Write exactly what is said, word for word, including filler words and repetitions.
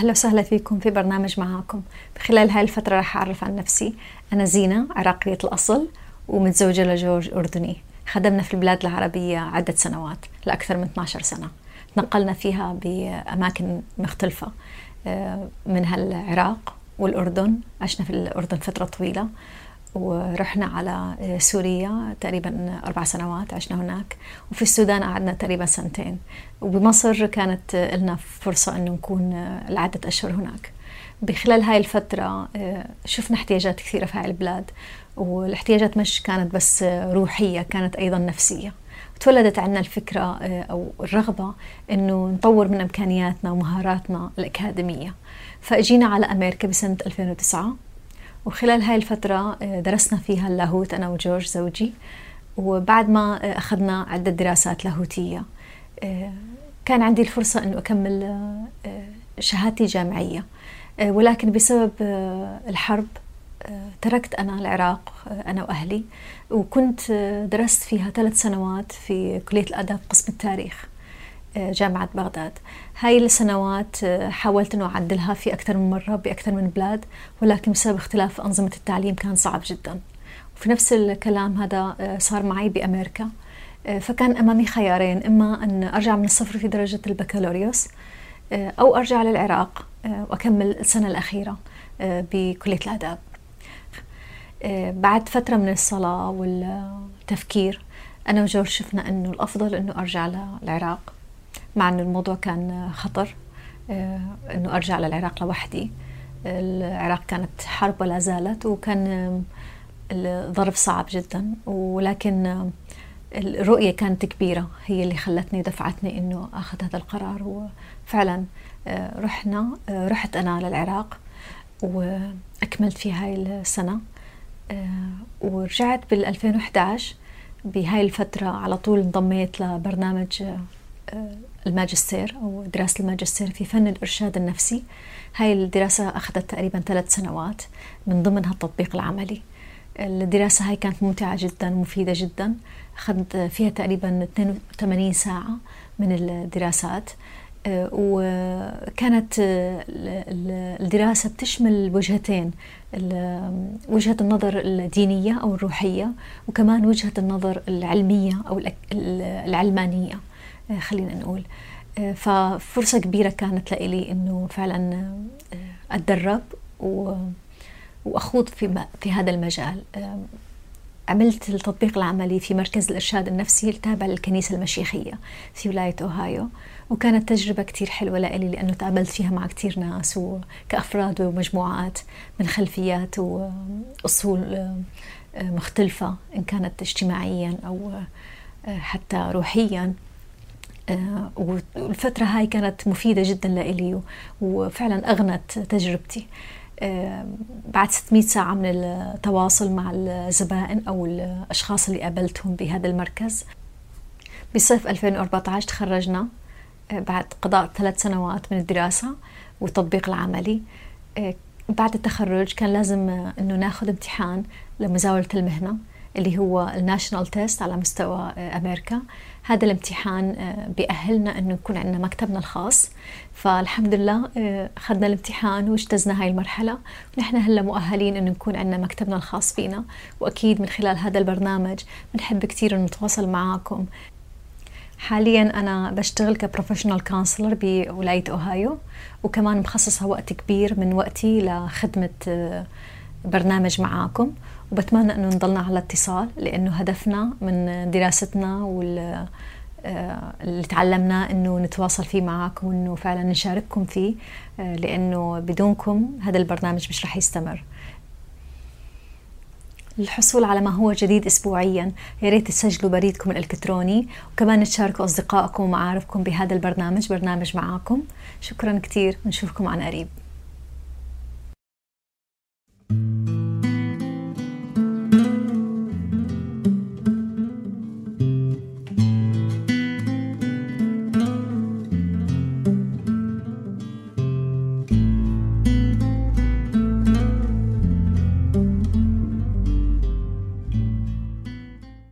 أهلا وسهلا فيكم في برنامج معاكم. خلال هاي الفترة راح أعرف عن نفسي. أنا زينة، عراقية الأصل ومتزوجة لجورج أردني. خدمنا في البلاد العربية عدة سنوات، لأكثر من اثنعش سنة. تنقلنا فيها بأماكن مختلفة، منها العراق والأردن. عشنا في الأردن فترة طويلة، ورحنا على سوريا تقريبا أربع سنوات عشنا هناك، وفي السودان قعدنا تقريبا سنتين، وبمصر كانت لنا فرصة أنه نكون لعدة أشهر هناك. بخلال هاي الفترة شفنا احتياجات كثيرة في هاي البلاد، والاحتياجات مش كانت بس روحية، كانت أيضا نفسية. تولدت عنا الفكرة أو الرغبة أنه نطور من إمكانياتنا ومهاراتنا الأكاديمية، فأجينا على أمريكا بسنة ألفين وتسعة. وخلال هاي الفترة درسنا فيها اللاهوت أنا وجورج زوجي، وبعد ما أخذنا عدة دراسات لاهوتية كان عندي الفرصة أنه أكمل شهادتي جامعية، ولكن بسبب الحرب تركت أنا العراق أنا وأهلي، وكنت درست فيها ثلاث سنوات في كلية الآداب قسم التاريخ جامعة بغداد. هاي السنوات حاولت أنه أعدلها في أكثر من مرة بأكثر من بلاد، ولكن بسبب اختلاف أنظمة التعليم كان صعب جدا. وفي نفس الكلام هذا صار معي بأمريكا، فكان أمامي خيارين: إما أن أرجع من الصفر في درجة البكالوريوس، أو أرجع للعراق وأكمل السنة الأخيرة بكلية الآداب. بعد فترة من الصلاة والتفكير أنا وجورج شفنا أنه الأفضل أنه أرجع للعراق، مع أنه الموضوع كان خطر أنه أرجع للعراق لوحدي. العراق كانت حرب ولا زالت، وكان الظرف صعب جدا، ولكن الرؤية كانت كبيرة هي اللي خلتني دفعتني أنه أخذ هذا القرار. وفعلا رحنا رحت أنا للعراق وأكملت في هاي السنة، ورجعت بالألفين وإحدى عشر. بهاي الفترة على طول انضميت لبرنامج الماجستير أو دراسة الماجستير في فن الإرشاد النفسي. هاي الدراسة أخذت تقريبا ثلاث سنوات، من ضمنها التطبيق العملي. الدراسة هاي كانت ممتعة جدا ومفيدة جدا، أخذت فيها تقريبا اثنين وثمانين ساعة من الدراسات، وكانت الدراسة بتشمل وجهتين: وجهة النظر الدينية أو الروحية، وكمان وجهة النظر العلمية أو العلمانية خلينا نقول. ففرصة كبيرة كانت لإلي إنه فعلا أتدرب وأخوض في في هذا المجال. عملت التطبيق العملي في مركز الإرشاد النفسي التابع للكنيسة المشيخية في ولاية أوهايو، وكانت تجربة كتير حلوة لإلي لأنه تقابلت فيها مع كتير ناس وكأفراد ومجموعات من خلفيات وأصول مختلفة، إن كانت اجتماعيا أو حتى روحيا. والفترة هاي كانت مفيدة جدا لإلي وفعلا أغنت تجربتي. بعد ستمئة ساعة من التواصل مع الزبائن أو الأشخاص اللي قابلتهم بهذا المركز، بصيف ألفين وأربعة عشر تخرجنا بعد قضاء ثلاث سنوات من الدراسة والتطبيق العملي. بعد التخرج كان لازم أنه ناخذ امتحان لمزاولة المهنة اللي هو الناشنال تيست على مستوى أمريكا. هذا الامتحان بيأهلنا أنه يكون عندنا مكتبنا الخاص، فالحمد لله أخذنا الامتحان واجتزنا هاي المرحلة، ونحن هلا مؤهلين أنه نكون عندنا مكتبنا الخاص فينا. وأكيد من خلال هذا البرنامج بنحب كتير أن نتواصل معاكم. حاليا أنا بشتغل كبروفيشنال كونسلر بولاية أوهايو، وكمان مخصصة وقت كبير من وقتي لخدمة برنامج معاكم، وبتمنى أنه نضلنا على اتصال، لأنه هدفنا من دراستنا واللي تعلمناه أنه نتواصل فيه معاكم وأنه فعلا نشارككم فيه، لأنه بدونكم هذا البرنامج مش رح يستمر. للحصول على ما هو جديد أسبوعيا يا ريت تسجلوا بريدكم الإلكتروني، وكمان تشاركوا أصدقائكم ومعارفكم بهذا البرنامج، برنامج معاكم. شكرا كتير، ونشوفكم عن قريب.